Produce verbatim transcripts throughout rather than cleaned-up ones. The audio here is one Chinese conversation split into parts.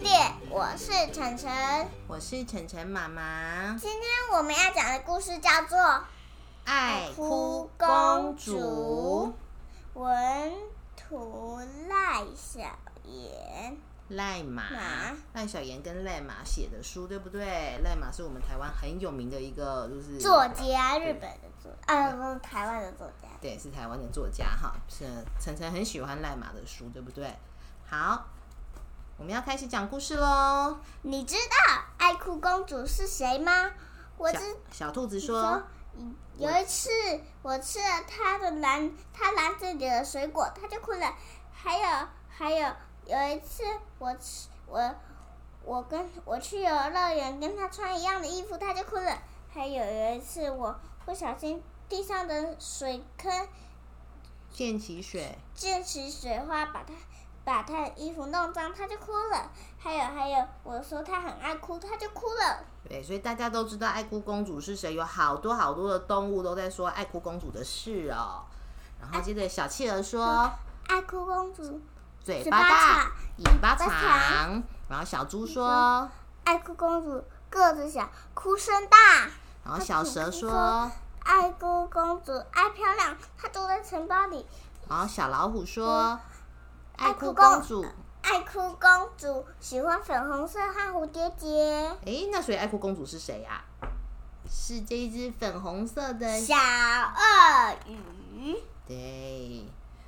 店，我是晨晨， 我是晨晨妈妈。 今天我们要讲的故事叫做《 爱哭公主》， 文图赖小妍。 赖马， 马赖小妍跟赖马写的书，对不对？赖马是我们台湾很有名的一个，就是作家，日本的作啊，不是台湾的作家。 对，是台湾的作家哈。是晨晨很喜欢赖马的书，对不对？好，我们要开始讲故事喽。 你知道爱哭公主是谁吗？我知小兔子说， 有一次我吃了她的篮，她篮子里的水果，她就哭了。还有还有。有一次我吃我我跟我去游乐园，跟他穿一样的衣服，他就哭了。还有有一次我不小心地上的水坑溅起水， 溅起水花，把他把他的衣服弄脏，他就哭了。还有还有，我说他很爱哭，他就哭了。 对，所以大家都知道爱哭公主是谁，有好多好多的动物都在说爱哭公主的事哦。然后接着小企鹅说， 爱哭公主嘴巴大，尾巴长。然后小猪说， 爱哭公主个子小，哭声大。 然后小蛇说， 爱哭公主爱漂亮，她住在城堡里。 然后小老虎说，爱哭公主， 爱哭公主喜欢粉红色和蝴蝶结。 哎，那所以爱哭公主是谁呀、啊？是这一只粉红色的小鳄鱼。 对。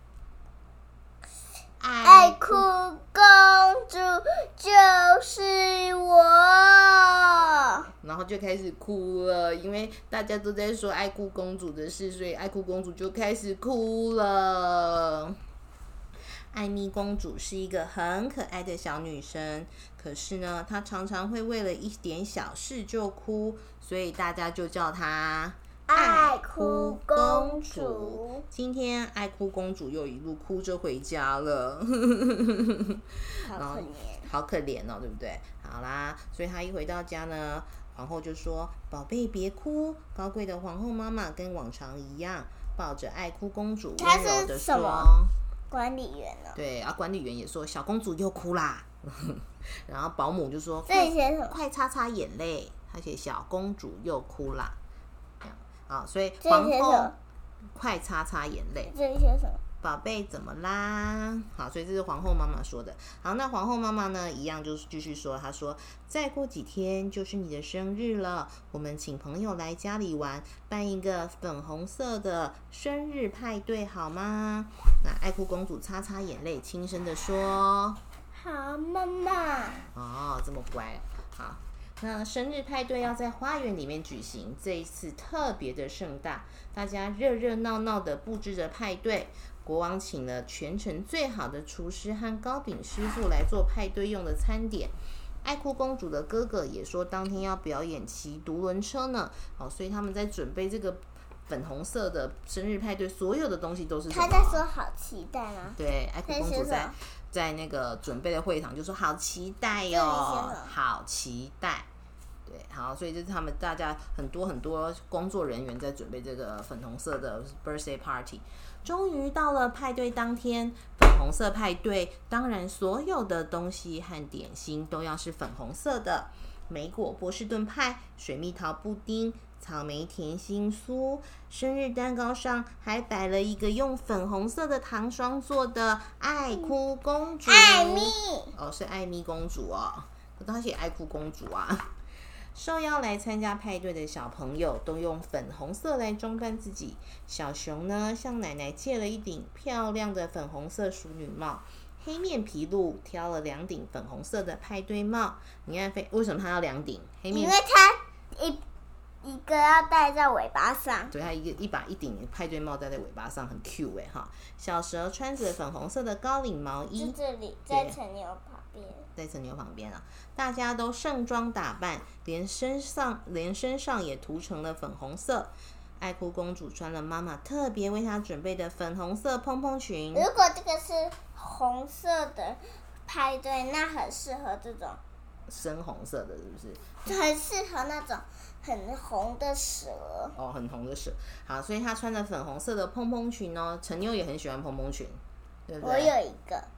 爱哭公主就是我， 然后就开始哭了，因为大家都在说爱哭公主的事，所以爱哭公主就开始哭了。艾米公主是一个很可爱的小女生，可是呢，她常常会为了一点小事就哭，所以大家就叫她爱哭公主。 今天爱哭公主又一路哭着回家了， 好可怜， 好可怜哦，对不对？好啦，所以她一回到家呢，皇后就说：“宝贝，别哭。”高贵的皇后妈妈跟往常一样，抱着爱哭公主，温柔的说：“ 管理员呢？” 对，啊，管理员也说：“小公主又哭啦。”然后保姆就说：“ 这写什么？ 快擦擦眼泪。”她写：“小公主又哭啦。”好，所以皇后快擦擦眼泪。 这里写什么？ 宝贝怎么啦？好，所以这是皇后妈妈说的。好，那皇后妈妈呢，一样就是继续说，她说再过几天就是你的生日了，我们请朋友来家里玩，办一个粉红色的生日派对好吗？那爱哭公主擦擦眼泪，轻声的说： 好，妈妈。 哦，这么乖。好，那生日派对要在花园里面举行，这一次特别的盛大，大家热热闹闹的布置着派对。国王请了全城最好的厨师和糕饼师傅来做派对用的餐点。爱哭公主的哥哥也说当天要表演骑独轮车呢。好，所以他们在准备这个粉红色的生日派对，所有的东西都是什么？ 他在说好期待吗？ 对，爱哭公主在在那个准备的会场就说好期待哟、哦，好期待。对，好，所以就是他们大家很多很多工作人员在准备这个粉红色的 birthday party。终于到了派对当天，粉红色派对，当然所有的东西和点心都要是粉红色的。莓果波士顿派、水蜜桃布丁、草莓甜心酥，生日蛋糕上还摆了一个用粉红色的糖霜做的爱哭公主。 艾米哦，是艾米公主哦，我当写爱哭公主啊。受邀来参加派对的小朋友都用粉红色来装扮自己。小熊呢，向奶奶借了一顶漂亮的粉红色淑女帽。黑面琵鹭挑了两顶粉红色的派对帽。你看，为什么他要两顶？黑面， 因为他一一个要戴在尾巴上。 对，他一个一把一顶派对帽戴在尾巴上，很 Q 哎哈。小蛇穿着粉红色的高领毛衣， 在这里，在陈牛旁边， 在陈牛旁边啊。大家都盛装打扮，连身上连身上也涂成了粉红色。爱哭公主穿了妈妈特别为她准备的粉红色蓬蓬裙。 如果这个是红色的派对，那很适合这种深红色的，是不是？ 很适合那种很红的蛇。 哦，很红的蛇。好，所以她穿着粉红色的蓬蓬裙哦。陈妞也很喜欢蓬蓬裙，对不对？ 我有一个。 你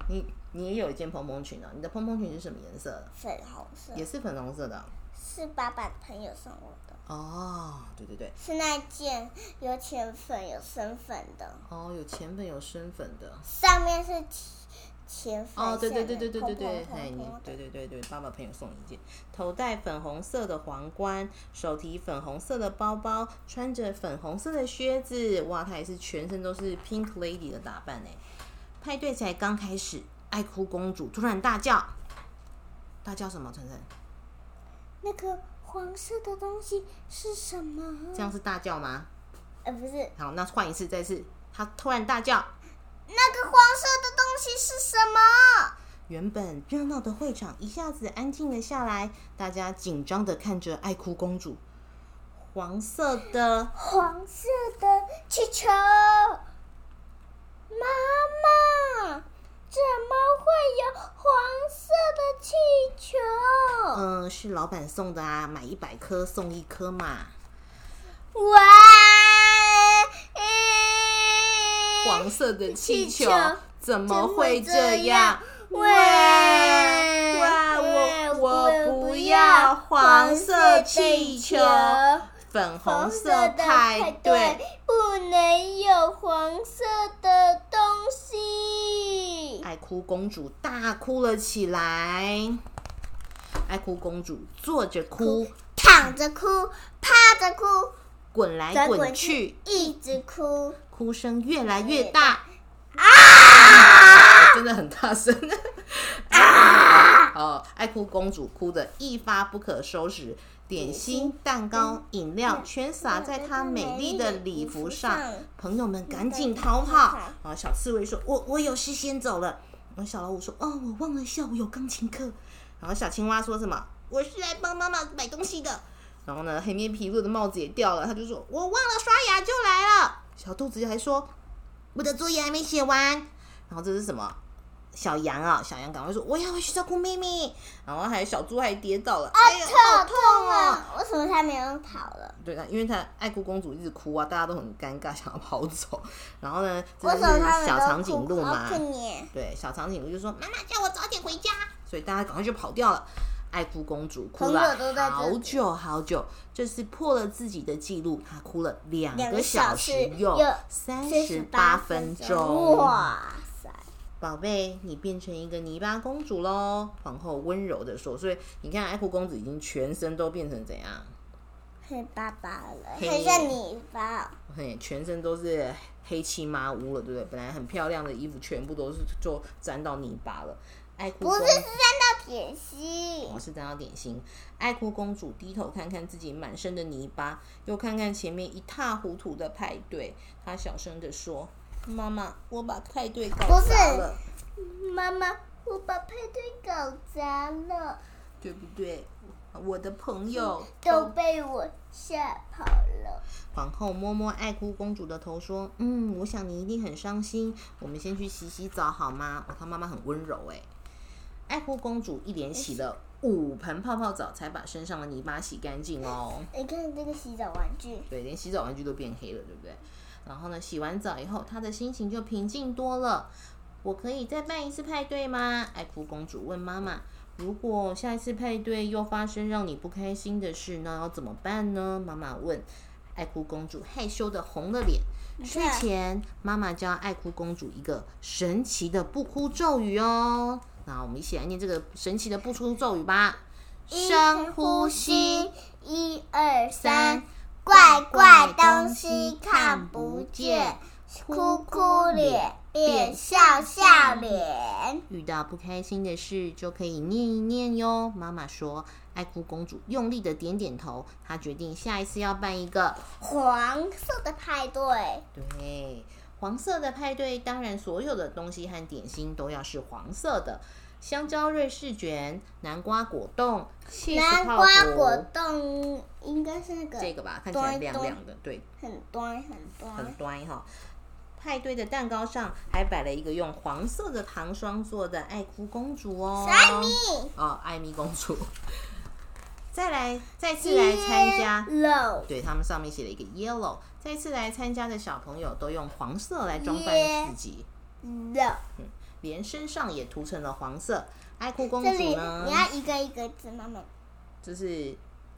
你也有一件蓬蓬裙哦，你的蓬蓬裙是什么颜色的？ 粉红色。 也是粉红色的、哦。 是爸爸朋友送我的。 哦，对对对。 是那件有浅粉有深粉的。 哦，有浅粉有深粉的。 上面是浅粉。 哦，对对对对对对对， 哎， 你对对对对，爸爸朋友送你一件，头戴粉红色的皇冠，手提粉红色的包包，穿着粉红色的靴子，哇，她也是全身都是 Pink Lady 的打扮哎。派对才刚开始，爱哭公主突然大叫，大叫什么？晨晨？ 那个黄色的东西是什么？ 这样是大叫吗？ 呃，不是。 好，那换一次，再次，她突然大叫， 那个黄色的东西是什么？ 原本热闹的会场一下子安静了下来，大家紧张的看着爱哭公主。黄色的， 黄色的气球。妈妈，怎么会有黄色的气球？ 嗯、呃，是老板送的啊，买一百颗送一颗嘛。 哇！ 黄色的气球怎么会这样？ 喂！ 哇！我我不要黄色气球，粉红色派对不能有黄色的东西。 爱哭公主大哭了起来。爱哭公主坐着哭， 躺着哭，趴着哭， 滚来滚去， 一直哭， 哭声越来越大。啊！真的很大声。啊！哦，爱哭公主哭得一发不可收拾，点心、蛋糕、饮料全洒在她美丽的礼服上。朋友们赶紧逃跑。然后小刺猬说：“我我有事先走了。”然后小老虎说：“哦，我忘了下午有钢琴课。”然后小青蛙说什么：“我是来帮妈妈买东西的。”然后呢，黑面琵鹭的帽子也掉了，他就说：“我忘了刷牙就来了。”小兔子还说：“我的作业还没写完。”然后这是什么？小羊啊，小羊赶快说：“我要回去照顾妹妹。”然后还有小猪还跌倒了， 啊， 哎呀，好痛啊！为什么他没有跑了？ 对啊，因为他爱哭公主一直哭啊，大家都很尴尬，想要跑走。然后呢，这是小长颈鹿嘛？对，小长颈鹿就说：“妈妈叫我早点回家。”所以大家赶快就跑掉了。爱哭公主哭了好久好久，这次破了自己的记录，她哭了两个小时又三十八分钟。 哇塞！ 宝贝，你变成一个泥巴公主咯，皇后温柔的说。所以你看，爱哭公主已经全身都变成怎样？ 黑巴巴了，很像泥巴。 嘿，全身都是黑漆麻乌了，对不对？本来很漂亮的衣服，全部都是就沾到泥巴了。爱哭不是，是沾到点心。 我、哦、是沾到点心。爱哭公主低头看看自己满身的泥巴，又看看前面一塌糊涂的派对，她小声的说：“妈妈，我把派对搞砸了。” 不是，妈妈，我把派对搞砸了， 对不对？我的朋友都被我吓跑了。 皇后摸摸爱哭公主的头说：“嗯，我想你一定很伤心。我们先去洗洗澡好吗？”哦，她妈妈很温柔哎。爱哭公主一连洗了五盆泡泡澡，才把身上的泥巴洗干净哦。 你看这个洗澡玩具， 对，连洗澡玩具都变黑了，对不对？然后呢，洗完澡以后，她的心情就平静多了。我可以再办一次派对吗？爱哭公主问妈妈。如果下一次派对又发生让你不开心的事，那要怎么办呢？妈妈问。爱哭公主害羞的红了脸。睡前，妈妈教爱哭公主一个神奇的不哭咒语哦。那我们一起来念这个神奇的不哭咒语吧。深呼吸， 一二三，怪怪东西看不见，哭哭脸变笑笑脸。 遇到不开心的事就可以念一念哟。妈妈说。爱哭公主用力的点点头，她决定下一次要办一个黄色的派对。 对，黄色的派对，当然所有的东西和点心都要是黄色的。香蕉瑞士卷、南瓜果冻、 南瓜果冻应该是那个这个吧，看起来亮亮的，对， 很端很端很端哈。派对的蛋糕上还摆了一个用黄色的糖霜做的爱哭公主哦， 艾米哦，艾米公主。再来，再次来参加， Yellow 对，他们上面写了一个 yellow。再次来参加的小朋友都用黄色来装扮自己。 No. 嗯， 连身上也涂成了黄色。爱哭公主呢？ 你要一个一个字，妈妈。 这是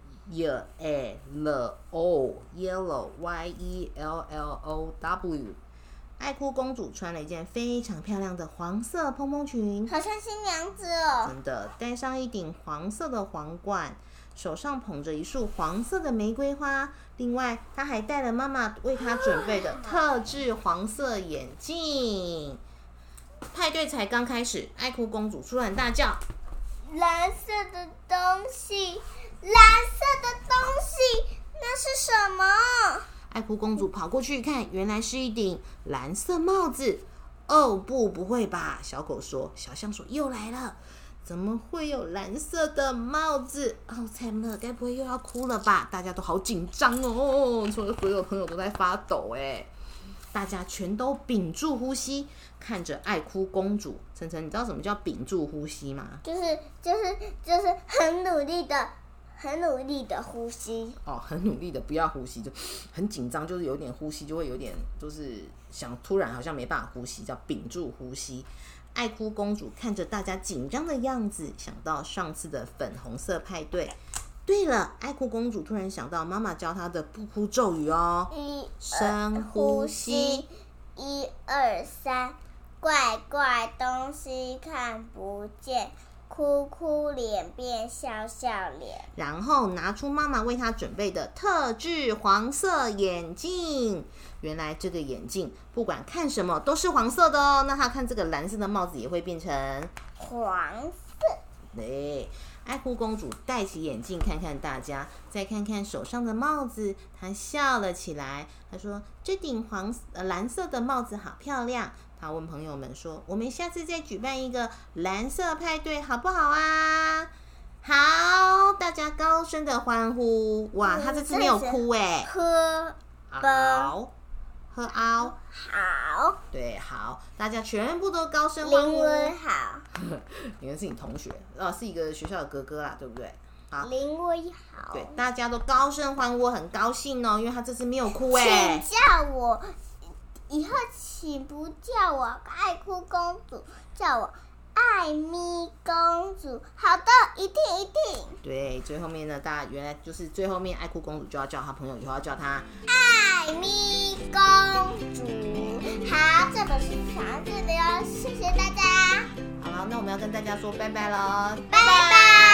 y a l o yellow y e l l o w。爱哭公主穿了一件非常漂亮的黄色蓬蓬裙， 好像新娘子哦。 真的，戴上一顶黄色的皇冠，手上捧着一束黄色的玫瑰花。另外，她还戴了妈妈为她准备的特制黄色眼镜。派对才刚开始，爱哭公主突然大叫：“ 蓝色的东西，蓝色的东西，那是什么？” 爱哭公主跑过去一看，原来是一顶蓝色帽子。哦不，不会吧？小狗说。小象说：“又来了，怎么会有蓝色的帽子？哦，惨了，该不会又要哭了吧？”大家都好紧张哦，所有朋友都在发抖哎。大家全都屏住呼吸，看着爱哭公主。晨晨，你知道什么叫屏住呼吸吗？ 就是就是就是很努力的。很努力的呼吸哦，很努力的不要呼吸，就很紧张，就是有点呼吸就会有点，就是想突然好像没办法呼吸，叫屏住呼吸。爱哭公主看着大家紧张的样子，想到上次的粉红色派对。对了，爱哭公主突然想到妈妈教她的不哭咒语哦， 一深呼吸， 一二三，怪怪东西看不见。哭哭脸变笑笑脸， 然后拿出妈妈为她准备的特制黄色眼镜。原来这个眼镜不管看什么都是黄色的哦。那她看这个蓝色的帽子也会变成黄色。 对，爱哭公主戴起眼镜看看大家，再看看手上的帽子，她笑了起来。她说：“这顶黄呃蓝色的帽子好漂亮。”他问朋友们说：“我们下次再举办一个蓝色派对，好不好啊？”好，大家高声的欢呼。哇，他这次没有哭哎。 喝好，喝嗷好。 对，好，大家全部都高声欢呼。 林威好。 林威是你同学，哦，是一个学校的哥哥啦，对不对？好， 林威好。 对，大家都高声欢呼，很高兴哦，因为他这次没有哭哎。 请叫我。以后请不叫我爱哭公主，叫我艾咪公主。好的，一定一定。 对，最后面呢，大家原来就是最后面爱哭公主就要叫她朋友，以后要叫她艾咪公主。好，这本书讲到这里哦，谢谢大家。 好了，那我们要跟大家说拜拜喽， 拜拜。